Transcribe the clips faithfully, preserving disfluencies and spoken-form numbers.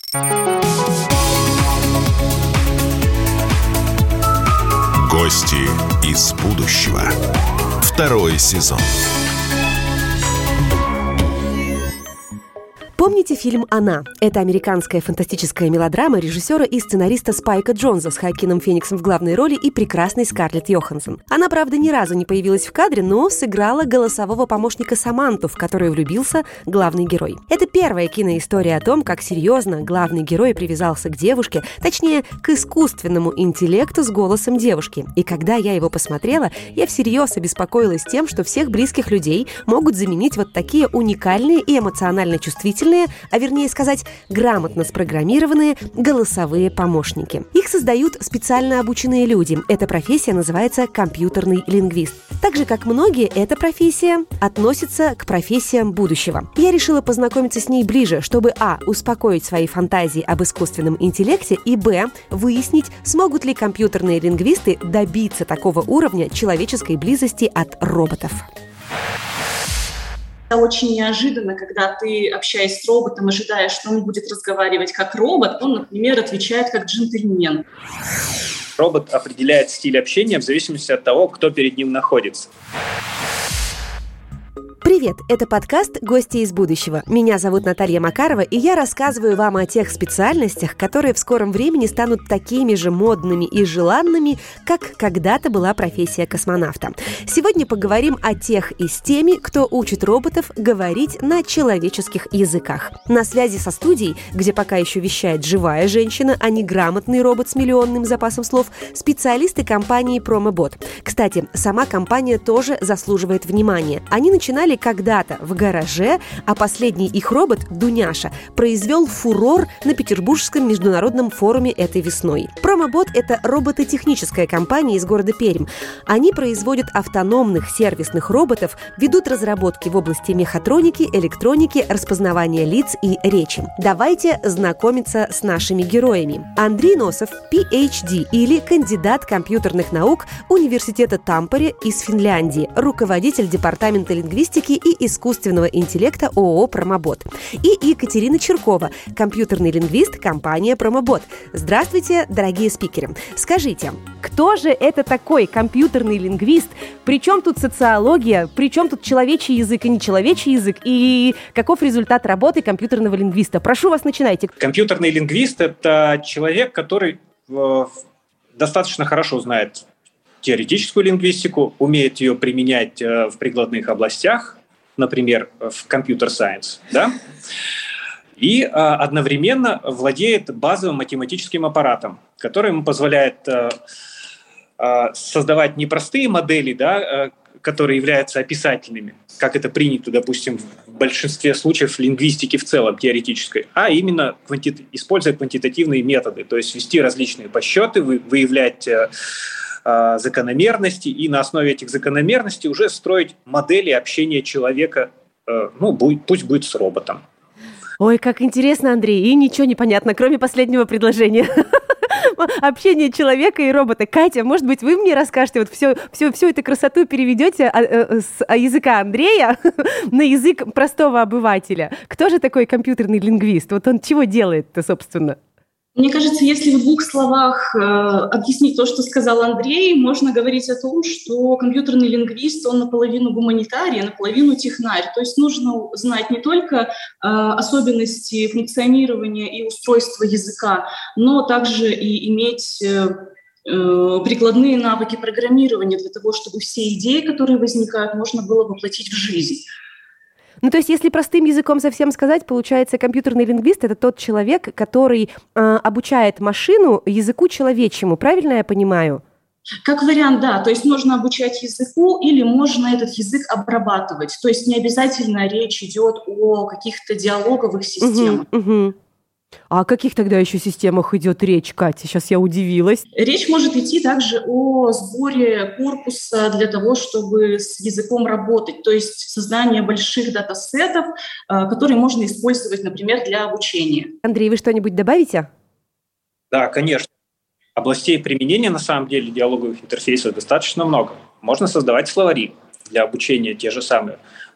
Гости из будущего. Второй сезон. Помните фильм «Она»? Это американская фантастическая мелодрама режиссера и сценариста Спайка Джонса с Хоакином Фениксом в главной роли и прекрасной Скарлетт Йоханссон. Она, правда, ни разу не появилась в кадре, но сыграла голосового помощника Саманту, в которую влюбился главный герой. Это первая киноистория о том, как серьезно главный герой привязался к девушке, точнее, к искусственному интеллекту с голосом девушки. И когда я его посмотрела, я всерьез обеспокоилась тем, что всех близких людей могут заменить вот такие уникальные и эмоционально чувствительные, а вернее сказать, грамотно спрограммированные голосовые помощники. Их создают специально обученные люди. Эта профессия называется компьютерный лингвист. Так же, как многие, эта профессия относится к профессиям будущего. Я решила познакомиться с ней ближе, чтобы а. успокоить свои фантазии об искусственном интеллекте и б. выяснить, смогут ли компьютерные лингвисты добиться такого уровня человеческой близости от роботов. Очень неожиданно, когда ты, общаясь с роботом, ожидаешь, что он будет разговаривать как робот, он, например, отвечает как джентльмен. Робот определяет стиль общения в зависимости от того, кто перед ним находится. Привет, это подкаст «Гости из будущего». Меня зовут Наталья Макарова, и я рассказываю вам о тех специальностях, которые в скором времени станут такими же модными и желанными, как когда-то была профессия космонавта. Сегодня поговорим о тех и с теми, кто учит роботов говорить на человеческих языках. На связи со студией, где пока еще вещает живая женщина, а не грамотный робот с миллионным запасом слов, специалисты компании PromoBot. Кстати, сама компания тоже заслуживает внимания. Они начинали когда-то в гараже, а последний их робот, Дуняша, произвел фурор на Петербургском международном форуме этой весной. PromoBot – это робототехническая компания из города Пермь. Они производят автономных сервисных роботов, ведут разработки в области мехатроники, электроники, распознавания лиц и речи. Давайте знакомиться с нашими героями. Андрей Носов, пи эйч ди или кандидат компьютерных наук Университета Тампере из Финляндии, руководитель департамента лингвистики и искусственного интеллекта ООО «PromoBot». И Екатерина Чиркова, компьютерный лингвист, компания PromoBot. Здравствуйте, дорогие спикеры. Скажите, кто же это такой компьютерный лингвист? Причем тут социология? Причем тут человечий язык и нечеловечий язык? И каков результат работы компьютерного лингвиста? Прошу вас, начинайте. Компьютерный лингвист – это человек, который э, достаточно хорошо знает теоретическую лингвистику, умеет ее применять э, в прикладных областях, например, в компьютер-сайенс, да? И э, одновременно владеет базовым математическим аппаратом, который ему позволяет э, э, создавать не простые модели, да, э, которые являются описательными, как это принято, допустим, в большинстве случаев лингвистики в целом, теоретической, а именно кванти- используя квантитативные методы, то есть вести различные подсчеты, вы- выявлять э, закономерности и на основе этих закономерностей уже строить модели общения человека, ну, будет, пусть будет с роботом. Ой, как интересно, Андрей, и ничего не понятно, кроме последнего предложения. Общение человека и робота. Катя, может быть, вы мне расскажете, вот всю, всю, всю эту красоту переведете с языка Андрея на язык простого обывателя. Кто же такой компьютерный лингвист? Вот он чего делает-то, собственно? Мне кажется, если в двух словах э, объяснить то, что сказал Андрей, можно говорить о том, что компьютерный лингвист, он наполовину гуманитарий, наполовину технарь. То есть нужно знать не только э, особенности функционирования и устройства языка, но также и иметь э, э, прикладные навыки программирования для того, чтобы все идеи, которые возникают, можно было воплотить в жизнь. Ну, то есть, если простым языком совсем сказать, получается, компьютерный лингвист – это тот человек, который э, обучает машину языку человечьему. Правильно я понимаю? Как вариант, да. То есть можно обучать языку или можно этот язык обрабатывать. То есть не обязательно речь идет о каких-то диалоговых системах. Угу, угу. А о каких тогда еще системах идет речь, Катя? Сейчас я удивилась. Речь может идти также о сборе корпуса для того, чтобы с языком работать, то есть создание больших датасетов, которые можно использовать, например, для обучения. Андрей, вы что-нибудь добавите? Да, конечно. Областей применения, на самом деле, диалоговых интерфейсов достаточно много. Можно создавать словари для обучения, те же самые.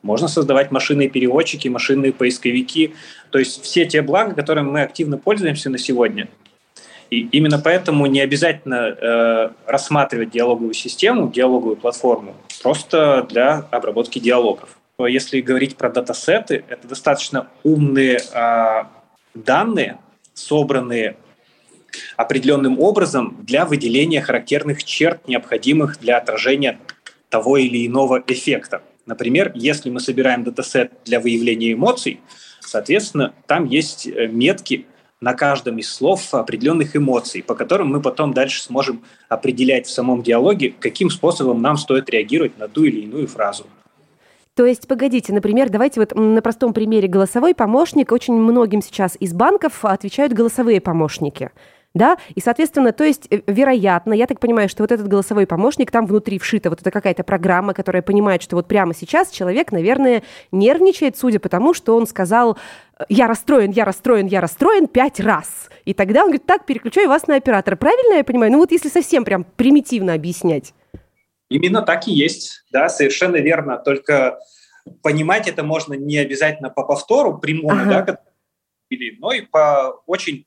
Можно создавать машинные переводчики, машинные поисковики. То есть все те блага, которыми мы активно пользуемся на сегодня. И именно поэтому не обязательно э, рассматривать диалоговую систему, диалоговую платформу просто для обработки диалогов. Если говорить про датасеты, это достаточно умные э, данные, собранные определенным образом для выделения характерных черт, необходимых для отражения того или иного эффекта. Например, если мы собираем датасет для выявления эмоций, соответственно, там есть метки на каждом из слов определенных эмоций, по которым мы потом дальше сможем определять в самом диалоге, каким способом нам стоит реагировать на ту или иную фразу. То есть, погодите, например, давайте вот на простом примере голосовой помощник. Очень многим сейчас из банков отвечают голосовые помощники. Да, и, соответственно, то есть, вероятно, я так понимаю, что вот этот голосовой помощник, там внутри вшита вот эта какая-то программа, которая понимает, что вот прямо сейчас человек, наверное, нервничает, судя по тому, что он сказал «я расстроен, я расстроен, я расстроен» пять раз. И тогда он говорит: так, переключаю вас на оператора. Правильно я понимаю? Ну вот если совсем прям примитивно объяснять. Именно так и есть, да, совершенно верно. Только понимать это можно не обязательно по повтору прямому, ага. да, но и по очень...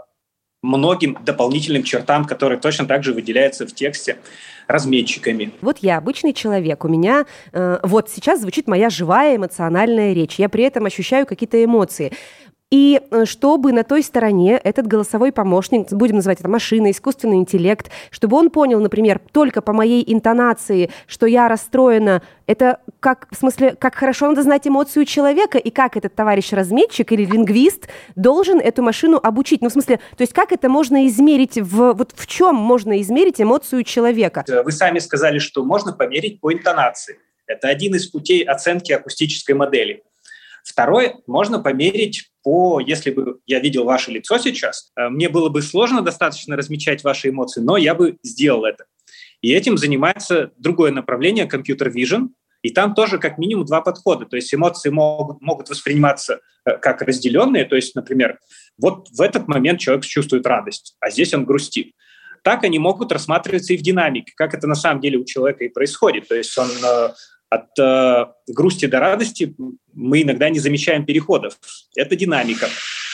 многим дополнительным чертам, которые точно так же выделяются в тексте разметчиками. Вот я обычный человек, у меня э, вот сейчас звучит моя живая эмоциональная речь, я при этом ощущаю какие-то эмоции. И чтобы на той стороне этот голосовой помощник, будем называть это машина, искусственный интеллект, чтобы он понял, например, только по моей интонации, что я расстроена, это как, в смысле, как хорошо надо знать эмоцию человека, и как этот товарищ-разметчик или лингвист должен эту машину обучить. Ну, в смысле, то есть как это можно измерить, в, вот в чем можно измерить эмоцию человека? Вы сами сказали, что можно померить по интонации. Это один из путей оценки акустической модели. Второе, можно померить по, если бы я видел ваше лицо сейчас, мне было бы сложно достаточно размечать ваши эмоции, но я бы сделал это. И этим занимается другое направление, компьютер вижн, и там тоже как минимум два подхода. То есть эмоции могут, могут восприниматься как разделенные, то есть, например, вот в этот момент человек чувствует радость, а здесь он грустит. Так они могут рассматриваться и в динамике, как это на самом деле у человека и происходит. То есть он... От э, грусти до радости мы иногда не замечаем переходов. Это динамика.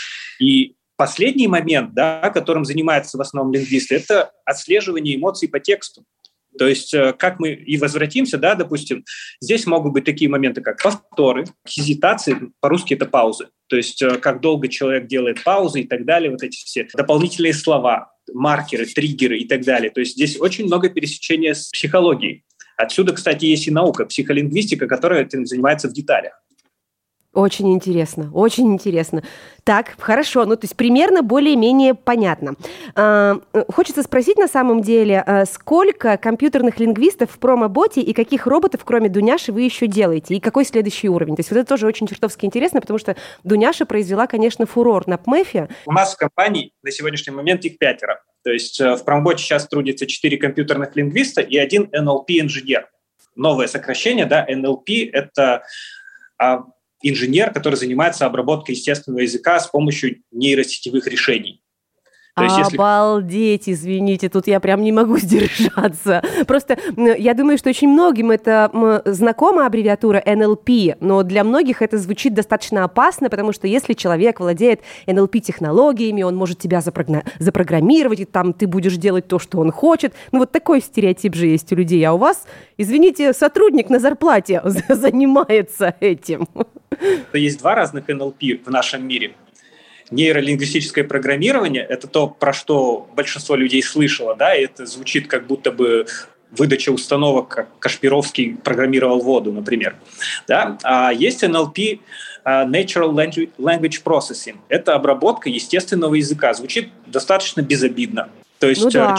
И последний момент, да, которым занимаются в основном лингвисты, это отслеживание эмоций по тексту. То есть э, как мы и возвратимся, да, допустим, здесь могут быть такие моменты, как повторы, хезитации, по-русски это паузы. То есть э, как долго человек делает паузы и так далее, вот эти все дополнительные слова, маркеры, триггеры и так далее. То есть здесь очень много пересечения с психологией. Отсюда, кстати, есть и наука, психолингвистика, которая этим занимается в деталях. Очень интересно, очень интересно. Так, хорошо, ну то есть примерно более-менее понятно. А, хочется спросить на самом деле, сколько компьютерных лингвистов в промо-боте и каких роботов, кроме Дуняши, вы еще делаете? И какой следующий уровень? То есть вот это тоже очень чертовски интересно, потому что Дуняша произвела, конечно, фурор на ПМЭФе. У нас в компании на сегодняшний момент их пятеро. То есть в промо-боте сейчас трудится четыре компьютерных лингвиста и один эн эл пи-инженер. Новое сокращение, да, эн эл пи – это... А, инженер, который занимается обработкой естественного языка с помощью нейросетевых решений. То есть, если... Обалдеть, извините, тут я прям не могу сдержаться. Просто я думаю, что очень многим это знакома аббревиатура эн эл пи, но для многих это звучит достаточно опасно, потому что если человек владеет эн эл пи-технологиями, он может тебя запрогна... запрограммировать, и там ты будешь делать то, что он хочет. Ну вот такой стереотип же есть у людей. А у вас, извините, сотрудник на зарплате занимается этим. Есть два разных эн эл пи в нашем мире. Нейролингвистическое программирование – это то, про что большинство людей слышало, да, и это звучит как будто бы выдача установок, как Кашпировский программировал воду, например. Да? А есть эн эл пи – Natural Language Processing. Это обработка естественного языка. Звучит достаточно безобидно. То есть ну да.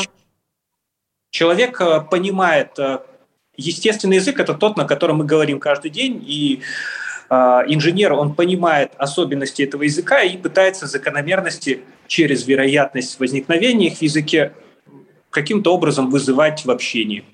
Человек понимает, естественный язык – это тот, на котором мы говорим каждый день, и инженер, он понимает особенности этого языка и пытается закономерности через вероятность возникновения их в языке каким-то образом вызывать в общении.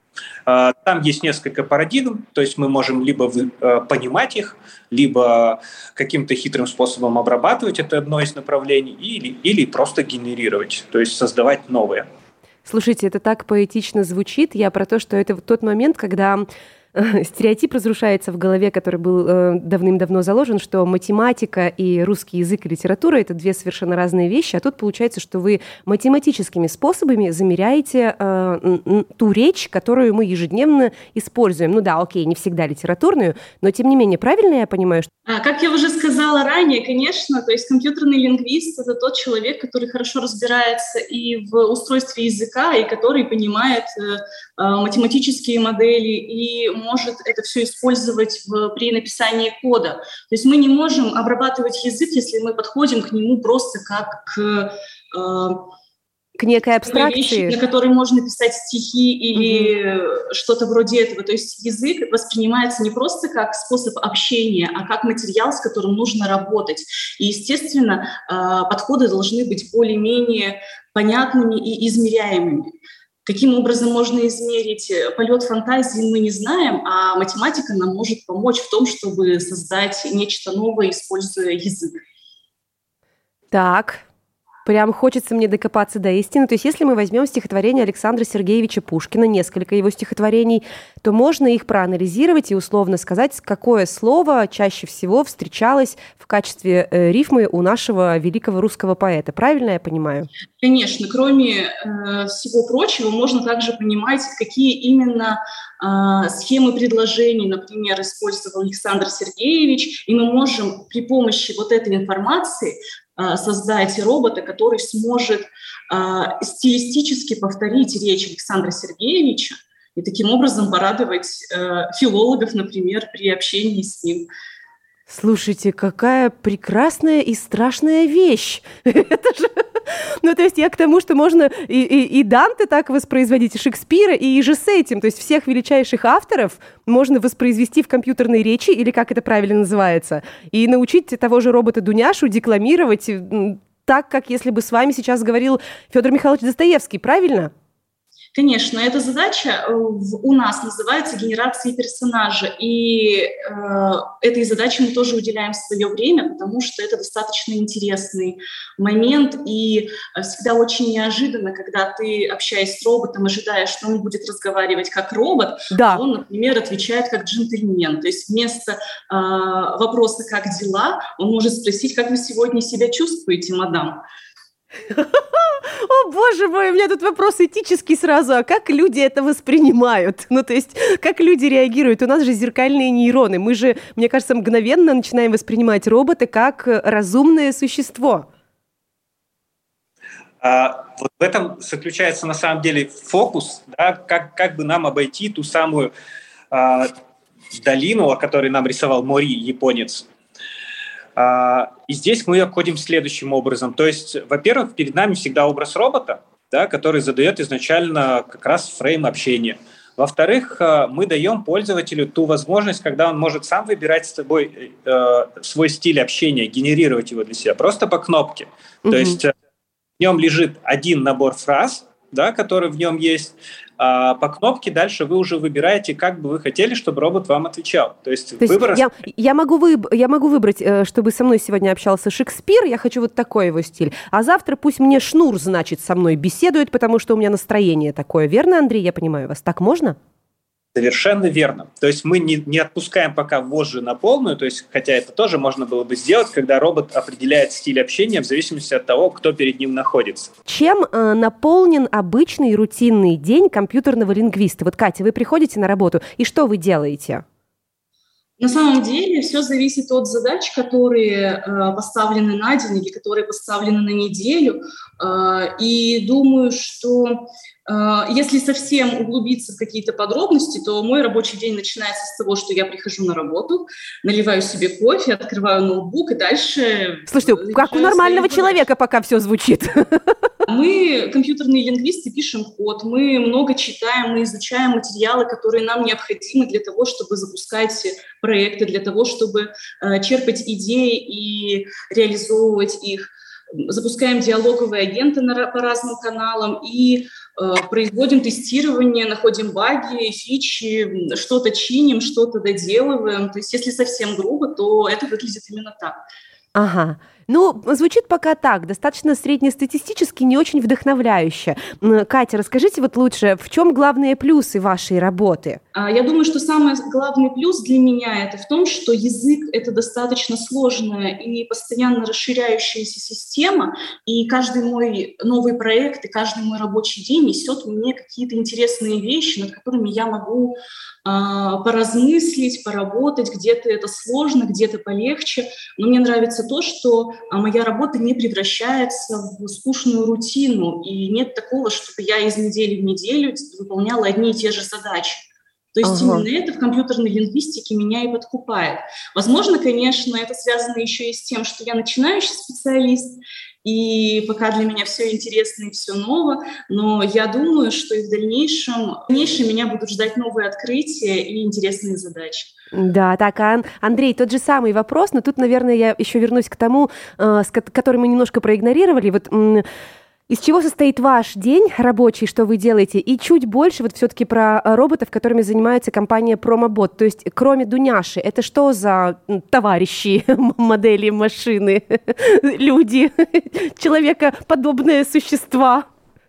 Там есть несколько парадигм, то есть мы можем либо понимать их, либо каким-то хитрым способом обрабатывать, это одно из направлений, или, или просто генерировать, то есть создавать новые. Слушайте, это так поэтично звучит. Я про то, что это тот момент, когда стереотип разрушается в голове, который был э, давным-давно заложен, что математика и русский язык и литература — это две совершенно разные вещи, а тут получается, что вы математическими способами замеряете э, ту речь, которую мы ежедневно используем. Ну да, окей, не всегда литературную, но тем не менее, правильно я понимаю? Что... А, как я уже сказала ранее, конечно, то есть компьютерный лингвист — это тот человек, который хорошо разбирается и в устройстве языка, и который понимает э, математические модели и может это все использовать в, при написании кода. То есть мы не можем обрабатывать язык, если мы подходим к нему просто как к... Э, к некой абстракции, вещи, на которые можно писать стихи или угу. что-то вроде этого. То есть язык воспринимается не просто как способ общения, а как материал, с которым нужно работать. И, естественно, подходы должны быть более-менее понятными и измеряемыми. Каким образом можно измерить полет фантазии, мы не знаем, а математика нам может помочь в том, чтобы создать нечто новое, используя язык. Так, прям хочется мне докопаться до истины. То есть если мы возьмем стихотворение Александра Сергеевича Пушкина, несколько его стихотворений, то можно их проанализировать и условно сказать, какое слово чаще всего встречалось в качестве э, рифмы у нашего великого русского поэта. Правильно я понимаю? Конечно. Кроме э, всего прочего, можно также понимать, какие именно э, схемы предложений, например, использовал Александр Сергеевич, и мы можем при помощи вот этой информации создать робота, который сможет э, стилистически повторить речь Александра Сергеевича и таким образом порадовать э, филологов, например, при общении с ним. Слушайте, какая прекрасная и страшная вещь! Это же... Ну, то есть я к тому, что можно и, и, и Данте так воспроизводить, и Шекспира, и же с этим. То есть всех величайших авторов можно воспроизвести в компьютерной речи, или как это правильно называется, и научить того же робота Дуняшу декламировать так, как если бы с вами сейчас говорил Федор Михайлович Достоевский, правильно? Конечно, эта задача у нас называется генерацией персонажа, и э, этой задаче мы тоже уделяем свое время, потому что это достаточно интересный момент, и всегда очень неожиданно, когда ты, общаясь с роботом, ожидаешь, что он будет разговаривать как робот, да. а он, например, отвечает как джентльмен. То есть вместо э, вопроса «как дела?» он может спросить: «Как вы сегодня себя чувствуете, мадам?» О, боже мой, у меня тут вопрос этический сразу. А как люди это воспринимают? Ну, то есть, как люди реагируют? У нас же зеркальные нейроны. Мы же, мне кажется, мгновенно начинаем воспринимать робота как разумное существо. А, вот в этом заключается, на самом деле, фокус, да, как, как бы нам обойти ту самую а, долину, о которой нам рисовал Мори, японец. И здесь мы обходим следующим образом. То есть, во-первых, перед нами всегда образ робота, да, который задает изначально как раз фрейм общения. Во-вторых, мы даем пользователю ту возможность, когда он может сам выбирать с собой э, свой стиль общения, генерировать его для себя просто по кнопке. Mm-hmm. То есть в нем лежит один набор фраз, да, который в нем есть. А по кнопке дальше вы уже выбираете, как бы вы хотели, чтобы робот вам отвечал. То есть, То выбор... есть я, я, могу выб... я могу выбрать, чтобы со мной сегодня общался Шекспир, я хочу вот такой его стиль, а завтра пусть мне Шнур, значит, со мной беседует, потому что у меня настроение такое. Верно, Андрей, я понимаю вас? Так можно? Совершенно верно. То есть мы не, не отпускаем пока вожжи на полную, то есть, хотя это тоже можно было бы сделать, когда робот определяет стиль общения в зависимости от того, кто перед ним находится. Чем э, наполнен обычный рутинный день компьютерного лингвиста? Вот, Катя, вы приходите на работу, и что вы делаете? На самом деле все зависит от задач, которые э, поставлены на день или которые поставлены на неделю. Э, и думаю, что э, если совсем углубиться в какие-то подробности, то мой рабочий день начинается с того, что я прихожу на работу, наливаю себе кофе, открываю ноутбук и дальше... Слушайте, как у нормального человека пока все звучит. Мы, компьютерные лингвисты, пишем код, мы много читаем, мы изучаем материалы, которые нам необходимы для того, чтобы запускать проекты, для того, чтобы э, черпать идеи и реализовывать их. Запускаем диалоговые агенты на, по разным каналам и э, производим тестирование, находим баги, фичи, что-то чиним, что-то доделываем. То есть если совсем грубо, то это выглядит именно так. Ага. Ну, звучит пока так, достаточно среднестатистически, не очень вдохновляюще. Катя, расскажите вот лучше, в чем главные плюсы вашей работы? Я думаю, что самый главный плюс для меня это в том, что язык — это достаточно сложная и постоянно расширяющаяся система, и каждый мой новый проект и каждый мой рабочий день несет мне какие-то интересные вещи, над которыми я могу а, поразмыслить, поработать. Где-то это сложно, где-то полегче, но мне нравится то, что а, моя работа не превращается в скучную рутину, и нет такого, чтобы я из недели в неделю выполняла одни и те же задачи. То есть ага. именно это в компьютерной лингвистике меня и подкупает. Возможно, конечно, это связано еще и с тем, что я начинающий специалист, и пока для меня все интересно и все ново, но я думаю, что и в дальнейшем, в дальнейшем меня будут ждать новые открытия и интересные задачи. Да, так, а Андрей, тот же самый вопрос, но тут, наверное, я еще вернусь к тому, который мы немножко проигнорировали. Вот из чего состоит ваш день рабочий, что вы делаете? И чуть больше вот все-таки про роботов, которыми занимается компания Pромобот. То есть кроме Дуняши, это что за товарищи, модели, машины, люди, человекоподобные существа?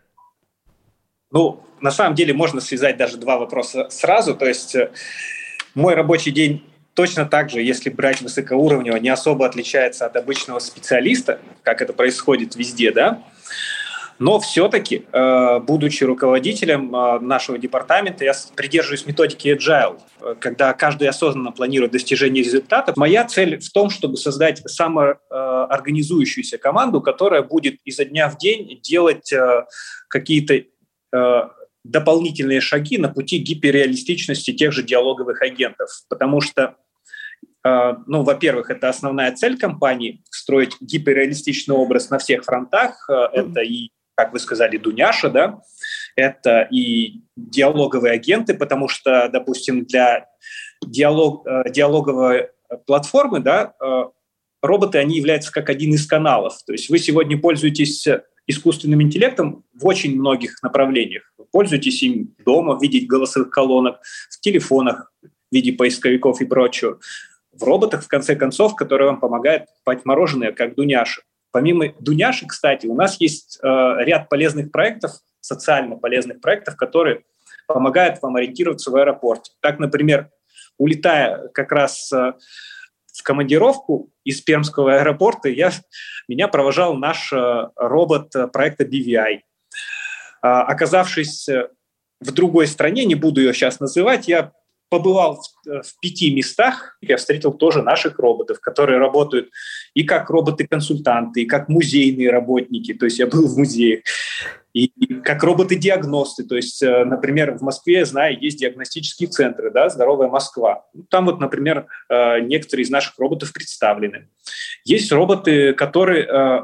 Ну, на самом деле можно связать даже два вопроса сразу. То есть мой рабочий день точно так же, если брать высокоуровневого, не особо отличается от обычного специалиста, как это происходит везде, да? Но все-таки, будучи руководителем нашего департамента, я придерживаюсь методики Agile, когда каждый осознанно планирует достижение результатов. Моя цель в том, чтобы создать самоорганизующуюся команду, которая будет изо дня в день делать какие-то дополнительные шаги на пути гиперреалистичности тех же диалоговых агентов. Потому что, ну, во-первых, это основная цель компании – строить гиперреалистичный образ на всех фронтах. Это и, как вы сказали, Дуняша, да, это и диалоговые агенты, потому что, допустим, для диалог, диалоговой платформы, да, роботы, они являются как один из каналов. То есть вы сегодня пользуетесь искусственным интеллектом в очень многих направлениях. Вы пользуетесь им дома в виде голосовых колонок, в телефонах в виде поисковиков и прочего. В роботах, в конце концов, которые вам помогают покупать мороженое, как Дуняша. Помимо Дуняши, кстати, у нас есть э, ряд полезных проектов, социально полезных проектов, которые помогают вам ориентироваться в аэропорте. Так, например, улетая как раз э, в командировку из Пермского аэропорта, я, меня провожал наш э, робот проекта би ви ай. Э, оказавшись в другой стране, не буду ее сейчас называть, я побывал в, в пяти местах, я встретил тоже наших роботов, которые работают и как роботы-консультанты, и как музейные работники, то есть я был в музеях, и, и как роботы-диагносты, то есть, например, в Москве, я знаю, есть диагностические центры, да, «Здоровая Москва». Там вот, например, некоторые из наших роботов представлены. Есть роботы, которые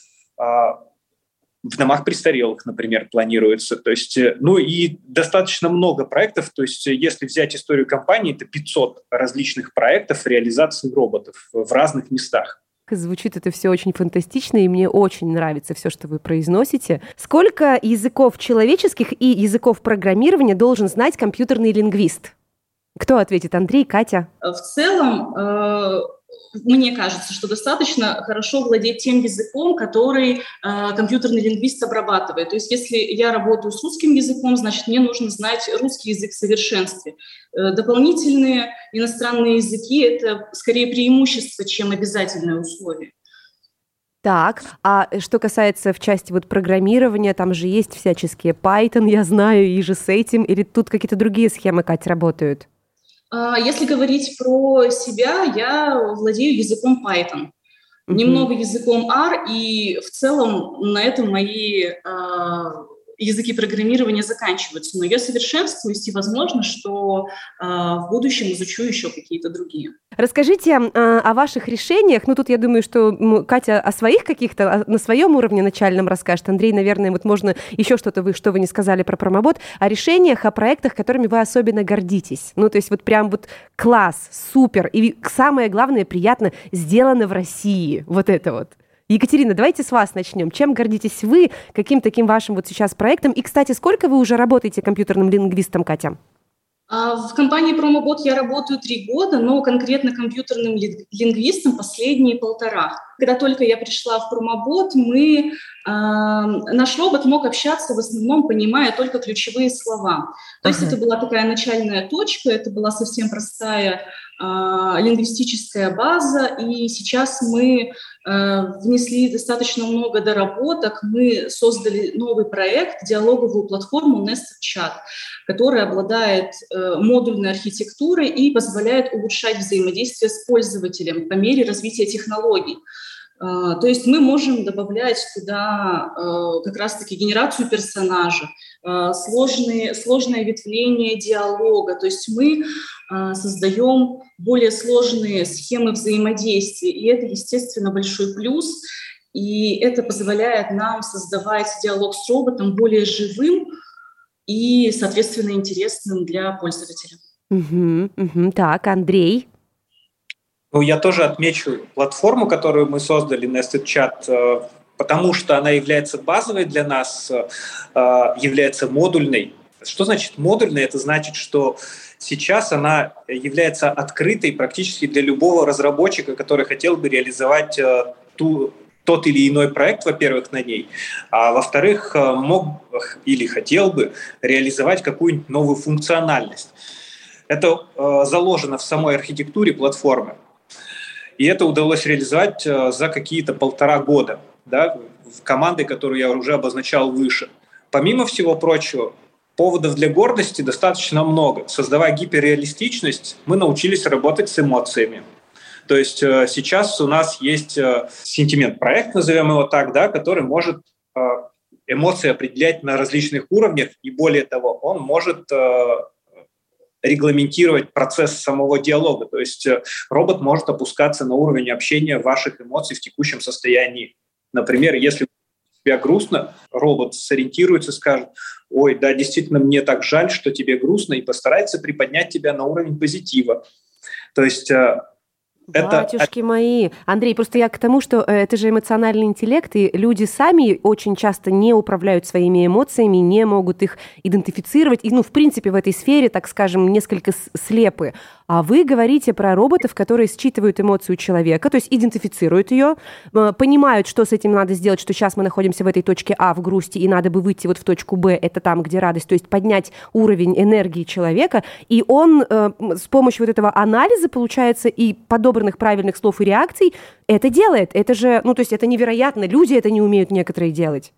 в домах престарелых, например, планируется. То есть, ну и достаточно много проектов. То есть, если взять историю компании, это пятьсот различных проектов реализации роботов в разных местах. Звучит это все очень фантастично, и мне очень нравится все, что вы произносите. Сколько языков человеческих и языков программирования должен знать компьютерный лингвист? Кто ответит? Андрей, Катя? В целом, э- мне кажется, что достаточно хорошо владеть тем языком, который э, компьютерный лингвист обрабатывает. То есть если я работаю с русским языком, значит, мне нужно знать русский язык в совершенстве. Э, дополнительные иностранные языки – это скорее преимущество, чем обязательное условие. Так, а что касается в части вот программирования, там же есть всяческие Python, я знаю, и же с этим, или тут какие-то другие схемы, Катя, работают? Если говорить про себя, я владею языком Python, mm-hmm. немного языком ар, и в целом на этом мои э, языки программирования заканчиваются. Но я совершенствуюсь, и возможно, что э, в будущем изучу еще какие-то другие. Расскажите э, о ваших решениях. Ну, тут я думаю, что Катя о своих каких-то, на своем уровне начальном расскажет. Андрей, наверное, вот можно еще что-то, вы, что вы не сказали про Промобот, о решениях, о проектах, которыми вы особенно гордитесь. Ну, то есть вот прям вот класс, супер, и самое главное, приятно, сделано в России. Вот это вот. Екатерина, давайте с вас начнем. Чем гордитесь вы, каким таким вашим вот сейчас проектом? И, кстати, сколько вы уже работаете компьютерным лингвистом, Катя? В компании Промобот я работаю три года, но конкретно компьютерным лингвистом последние полтора. Когда только я пришла в Промобот, мы, э, наш робот мог общаться в основном, понимая только ключевые слова. То есть uh-huh. это была такая начальная точка, это была совсем простая э, лингвистическая база, и сейчас мы э, внесли достаточно много доработок. Мы создали новый проект, диалоговую платформу Nested Chat, которая обладает э, модульной архитектурой и позволяет улучшать взаимодействие с пользователем по мере развития технологий. Uh, то есть мы можем добавлять туда uh, как раз-таки генерацию персонажа, uh, сложные, сложное ветвление диалога. То есть мы uh, создаем более сложные схемы взаимодействия, и это, естественно, большой плюс. И это позволяет нам создавать диалог с роботом более живым и, соответственно, интересным для пользователя. Угу, угу. Так, Андрей? Ну, я тоже отмечу платформу, которую мы создали, Nested Chat, потому что она является базовой для нас, является модульной. Что значит модульной? Это значит, что сейчас она является открытой практически для любого разработчика, который хотел бы реализовать ту, тот или иной проект, во-первых, на ней, а во-вторых, мог или хотел бы реализовать какую-нибудь новую функциональность. Это заложено в самой архитектуре платформы. И это удалось реализовать за какие-то полтора года, да, в команде, которую я уже обозначал выше. Помимо всего прочего, поводов для гордости достаточно много. Создавая гиперреалистичность, мы научились работать с эмоциями. То есть сейчас у нас есть сентимент-проект, назовем его так, да, который может эмоции определять на различных уровнях, и более того, он может регламентировать процесс самого диалога. То есть робот может опускаться на уровень общения ваших эмоций в текущем состоянии. Например, если тебе грустно, робот сориентируется, скажет: ой, да, действительно, мне так жаль, что тебе грустно, и постарается приподнять тебя на уровень позитива. То есть Батюшки это... мои. Андрей, просто я к тому, что это же эмоциональный интеллект, и люди сами очень часто не управляют своими эмоциями, не могут их идентифицировать, и, ну, в принципе, в этой сфере, так скажем, несколько слепы. А вы говорите про роботов, которые считывают эмоцию человека, то есть идентифицируют ее, понимают, что с этим надо сделать, что сейчас мы находимся в этой точке А в грусти, и надо бы выйти вот в точку Б, это там, где радость, то есть поднять уровень энергии человека, и он э, с помощью вот этого анализа, получается, и подобранных правильных слов и реакций, это делает. Это же, ну, то есть это невероятно, люди это не умеют некоторые делать.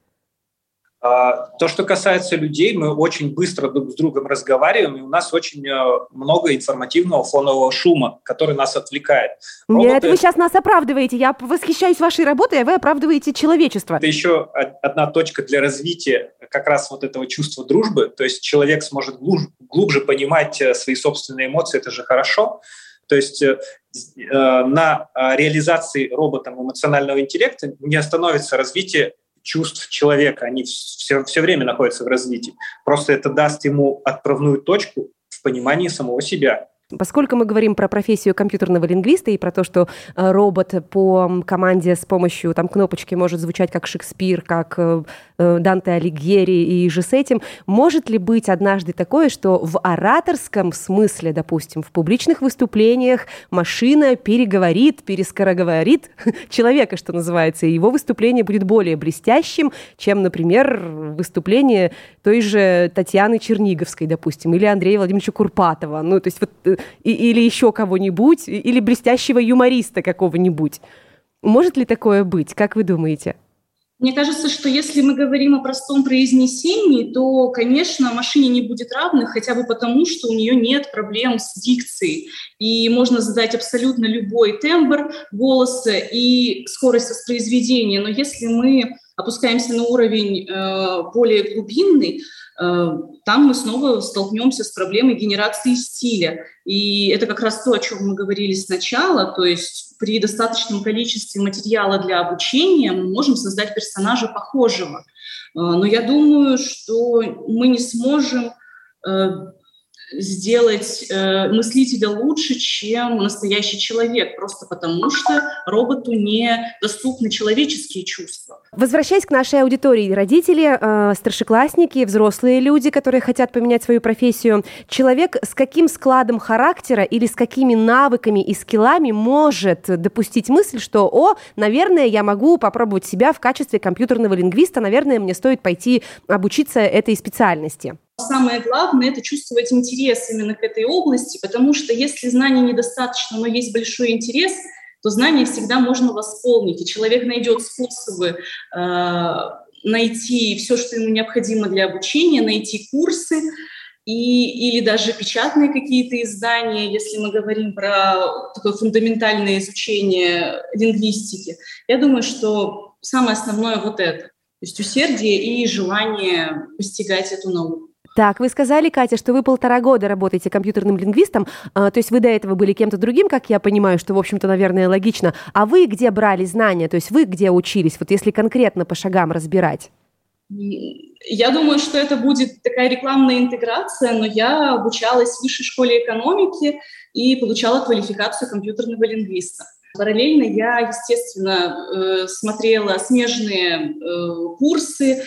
То, что касается людей, мы очень быстро друг с другом разговариваем, и у нас очень много информативного фонового шума, который нас отвлекает. Роботы... Нет, это вы сейчас нас оправдываете. Я восхищаюсь вашей работой, а вы оправдываете человечество. Это еще одна точка для развития как раз вот этого чувства дружбы. То есть человек сможет глубже, глубже понимать свои собственные эмоции, это же хорошо. То есть э, на реализации роботом эмоционального интеллекта не остановится развитие чувств человека, они все, все время находятся в развитии. Просто это даст ему отправную точку в понимании самого себя. Поскольку мы говорим про профессию компьютерного лингвиста и про то, что робот по команде с помощью там, кнопочки может звучать как Шекспир, как Данте Алигьери и же с этим, может ли быть однажды такое, что в ораторском смысле, допустим, в публичных выступлениях машина переговорит, перескороговорит человека, что называется, и его выступление будет более блестящим, чем, например, выступление той же Татьяны Черниговской, допустим, или Андрея Владимировича Курпатова, ну, то есть вот И, или еще кого-нибудь, или блестящего юмориста какого-нибудь. Может ли такое быть? Как вы думаете? Мне кажется, что если мы говорим о простом произнесении, то, конечно, машине не будет равных, хотя бы потому, что у нее нет проблем с дикцией. И можно задать абсолютно любой тембр голоса и скорость воспроизведения. Но если мы опускаемся на уровень э, более глубинный, там мы снова столкнемся с проблемой генерации стиля. И это как раз то, о чем мы говорили сначала, то есть при достаточном количестве материала для обучения мы можем создать персонажа похожего. Но я думаю, что мы не сможем сделать э, мыслителя лучше, чем настоящий человек, просто потому что роботу недоступны человеческие чувства. Возвращаясь к нашей аудитории, родители, э, старшеклассники, взрослые люди, которые хотят поменять свою профессию, человек с каким складом характера или с какими навыками и скиллами может допустить мысль, что, о, наверное, я могу попробовать себя в качестве компьютерного лингвиста, наверное, мне стоит пойти обучиться этой специальности? Самое главное – это чувствовать интерес именно к этой области, потому что если знаний недостаточно, но есть большой интерес, то знания всегда можно восполнить, и человек найдет способы э, найти все, что ему необходимо для обучения, найти курсы и, или даже печатные какие-то издания, если мы говорим про такое фундаментальное изучение лингвистики. Я думаю, что самое основное вот это, то есть усердие и желание постигать эту науку. Так, вы сказали, Катя, что вы полтора года работаете компьютерным лингвистом, а, то есть вы до этого были кем-то другим, как я понимаю, что, в общем-то, наверное, логично. А вы где брали знания, то есть вы где учились, вот если конкретно по шагам разбирать? Я думаю, что это будет такая рекламная интеграция, но я обучалась в высшей школе экономики и получала квалификацию компьютерного лингвиста. Параллельно я, естественно, смотрела смежные курсы,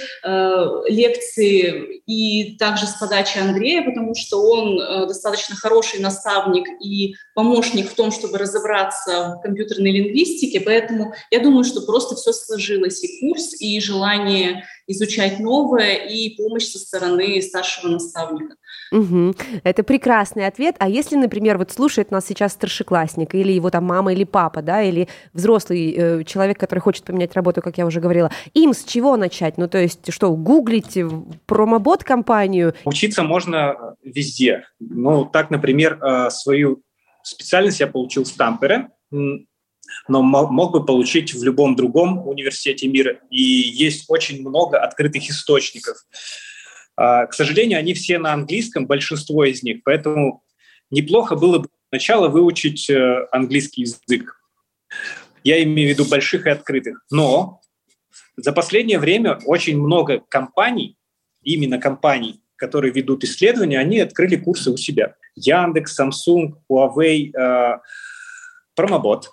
лекции и также с подачи Андрея, потому что он достаточно хороший наставник и помощник в том, чтобы разобраться в компьютерной лингвистике, поэтому я думаю, что просто все сложилось, и курс, и желание изучать новое, и помощь со стороны старшего наставника. Угу. Это прекрасный ответ. А если, например, вот слушает нас сейчас старшеклассник, или его там мама или папа, да, или взрослый э, человек, который хочет поменять работу, как я уже говорила, им с чего начать? Ну, то есть что, гуглить промобот-компанию? Учиться можно везде. Ну, так, например, свою специальность я получил в Тампере, но мог бы получить в любом другом университете мира. И есть очень много открытых источников. К сожалению, они все на английском, большинство из них, поэтому неплохо было бы сначала выучить английский язык. Я имею в виду больших и открытых. Но за последнее время очень много компаний, именно компаний, которые ведут исследования, они открыли курсы у себя. Яндекс, Samsung, Huawei, э, Промобот.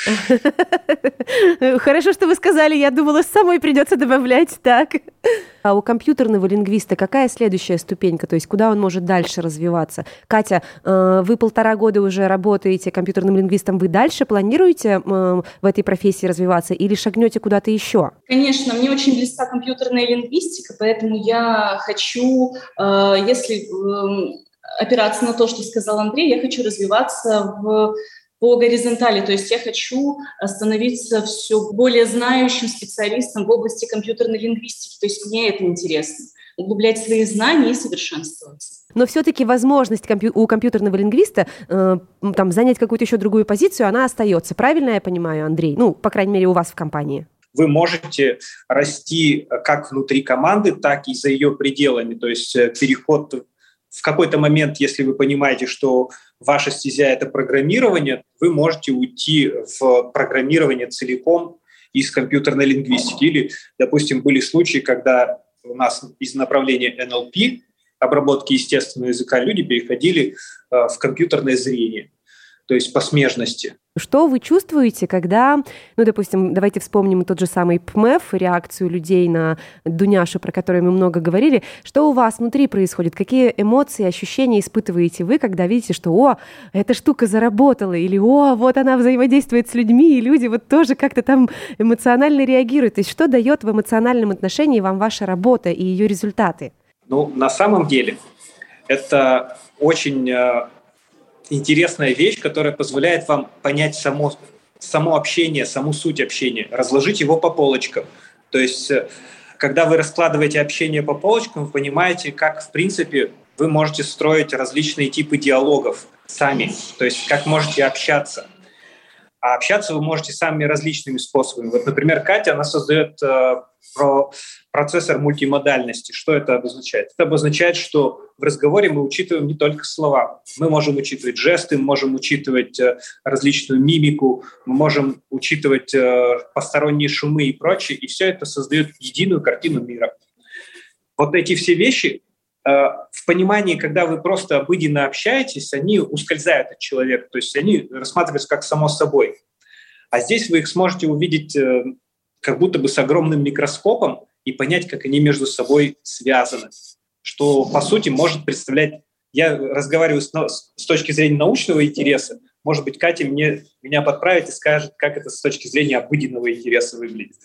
Хорошо, что вы сказали, я думала, самой придется добавлять, так. А у компьютерного лингвиста какая следующая ступенька, то есть куда он может дальше развиваться? Катя, вы полтора года уже работаете компьютерным лингвистом, вы дальше планируете в этой профессии развиваться или шагнете куда-то еще? Конечно, мне очень близка компьютерная лингвистика, поэтому я хочу, если опираться на то, что сказал Андрей, я хочу развиваться в по горизонтали, то есть я хочу становиться все более знающим специалистом в области компьютерной лингвистики, то есть мне это интересно, углублять свои знания и совершенствоваться. Но все-таки возможность компью- у компьютерного лингвиста э, там, занять какую-то еще другую позицию, она остается, правильно я понимаю, Андрей? Ну, по крайней мере, у вас в компании. Вы можете расти как внутри команды, так и за ее пределами, то есть переход в какой-то момент, если вы понимаете, что ваша стезя – это программирование, вы можете уйти в программирование целиком из компьютерной лингвистики. Или, допустим, были случаи, когда у нас из направления эн эл пи, обработки естественного языка, люди переходили в компьютерное зрение, то есть по смежности. Что вы чувствуете, когда, ну, допустим, давайте вспомним тот же самый ПМЭФ, реакцию людей на Дуняшу, про которую мы много говорили. Что у вас внутри происходит? Какие эмоции, ощущения испытываете вы, когда видите, что, о, эта штука заработала, или, о, вот она взаимодействует с людьми, и люди вот тоже как-то там эмоционально реагируют. То есть что дает в эмоциональном отношении вам ваша работа и ее результаты? Ну, на самом деле, это очень интересная вещь, которая позволяет вам понять само, само общение, саму суть общения, разложить его по полочкам. То есть, когда вы раскладываете общение по полочкам, вы понимаете, как, в принципе, вы можете строить различные типы диалогов сами, то есть, как можете общаться. А общаться вы можете самыми различными способами. Вот, например, Катя, она создает э, про процессор мультимодальности. Что это обозначает? Это обозначает, что в разговоре мы учитываем не только слова. Мы можем учитывать жесты, мы можем учитывать э, различную мимику, мы можем учитывать э, посторонние шумы и прочее, и все это создает единую картину мира. Вот эти все вещи в понимании, когда вы просто обыденно общаетесь, они ускользают от человека, то есть они рассматриваются как само собой. А здесь вы их сможете увидеть как будто бы с огромным микроскопом и понять, как они между собой связаны, что, по сути, может представлять... Я разговариваю с, с точки зрения научного интереса, может быть, Катя мне, меня подправит и скажет, как это с точки зрения обыденного интереса выглядит.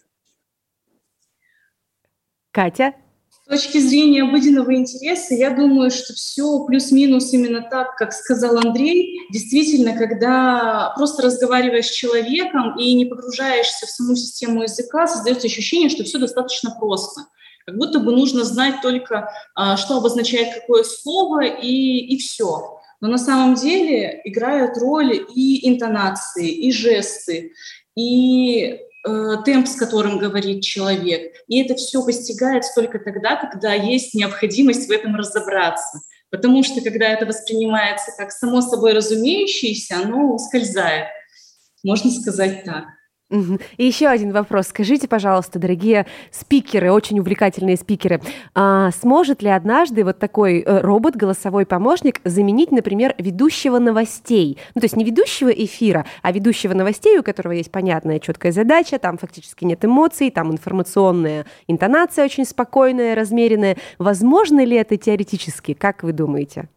Катя? С точки зрения обыденного интереса, я думаю, что все плюс-минус именно так, как сказал Андрей. Действительно, когда просто разговариваешь с человеком и не погружаешься в саму систему языка, создается ощущение, что все достаточно просто. Как будто бы нужно знать только, что обозначает какое слово, и, и все. Но на самом деле играют роль и интонации, и жесты, и темп, с которым говорит человек. И это все постигается только тогда, когда есть необходимость в этом разобраться. Потому что, когда это воспринимается как само собой разумеющееся, оно ускользает. Можно сказать так. И еще один вопрос. Скажите, пожалуйста, дорогие спикеры, очень увлекательные спикеры, а сможет ли однажды вот такой робот, голосовой помощник, заменить, например, ведущего новостей? Ну, то есть не ведущего эфира, а ведущего новостей, у которого есть понятная, четкая задача, там фактически нет эмоций, там информационная интонация очень спокойная, размеренная. Возможно ли это теоретически? Как вы думаете?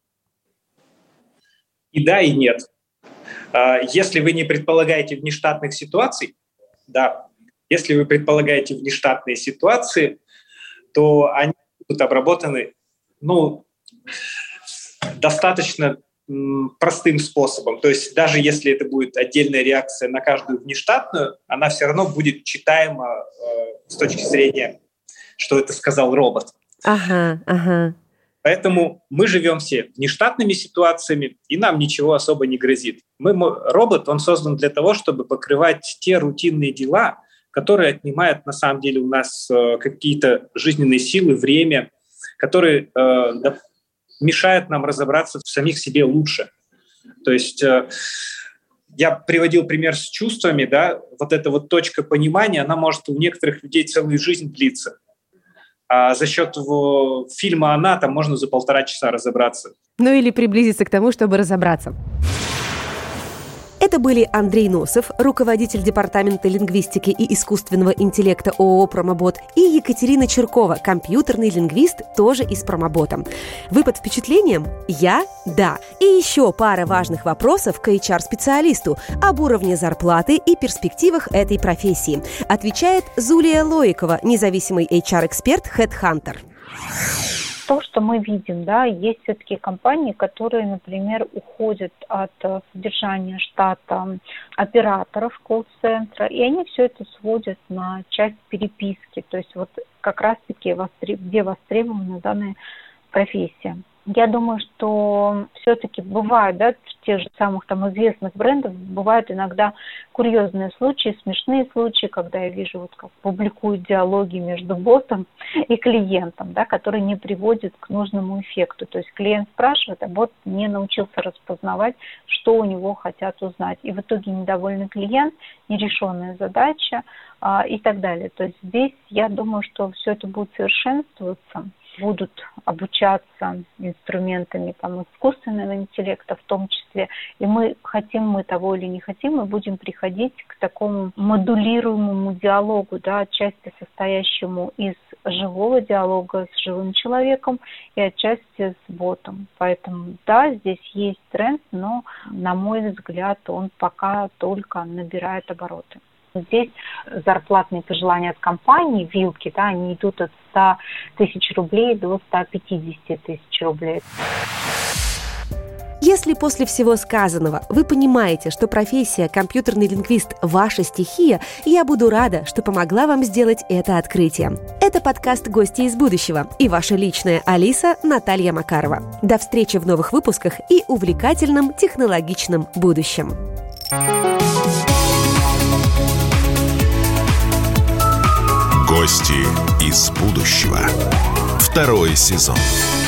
И да, и нет. Если вы не предполагаете внештатных ситуаций, да, если вы предполагаете внештатные ситуации, то они будут обработаны, ну, достаточно м, простым способом. То есть даже если это будет отдельная реакция на каждую внештатную, она все равно будет читаема э, с точки зрения, что это сказал робот. Ага, ага. Поэтому мы живем все внештатными ситуациями, и нам ничего особо не грозит. Мы, робот, он создан для того, чтобы покрывать те рутинные дела, которые отнимают на самом деле у нас э, какие-то жизненные силы, время, которые э, да, мешают нам разобраться в самих себе лучше. То есть э, я приводил пример с чувствами, да, вот эта вот точка понимания, она может у некоторых людей целую жизнь длиться. А за счет фильма «Она» там можно за полтора часа разобраться. Ну или приблизиться к тому, чтобы разобраться. Это были Андрей Носов, руководитель департамента лингвистики и искусственного интеллекта ООО «Промобот», и Екатерина Черкова, компьютерный лингвист, тоже из «Промобота». Вы под впечатлением? Я – да. И еще пара важных вопросов к эйч ар-специалисту об уровне зарплаты и перспективах этой профессии. Отвечает Зулия Лоикова, независимый эйч ар-эксперт HeadHunter. То, что мы видим, да, есть все-таки компании, которые, например, уходят от содержания штата операторов колл-центра, и они все это сводят на часть переписки, то есть вот как раз-таки где востребована данная профессия. Я думаю, что все-таки бывают, да, в тех же самых там известных брендах бывают иногда курьезные случаи, смешные случаи, когда я вижу, вот как публикуют диалоги между ботом и клиентом, да, которые не приводят к нужному эффекту. То есть клиент спрашивает, а бот не научился распознавать, что у него хотят узнать. И в итоге недовольный клиент, нерешенная задача а, и так далее. То есть здесь я думаю, что все это будет совершенствоваться, будут обучаться инструментами там, искусственного интеллекта в том числе. И мы, хотим мы того или не хотим, мы будем приходить к такому модулируемому диалогу, да, отчасти состоящему из живого диалога с живым человеком и отчасти с ботом. Поэтому да, здесь есть тренд, но, на мой взгляд, он пока только набирает обороты. Здесь зарплатные пожелания от компании, вилки, да, они идут от ста тысяч рублей до ста пятидесяти тысяч рублей. Если после всего сказанного вы понимаете, что профессия компьютерный лингвист – ваша стихия, я буду рада, что помогла вам сделать это открытие. Это подкаст «Гости из будущего» и ваша личная Алиса Наталья Макарова. До встречи в новых выпусках и увлекательном технологичном будущем. Гости из будущего. Второй сезон.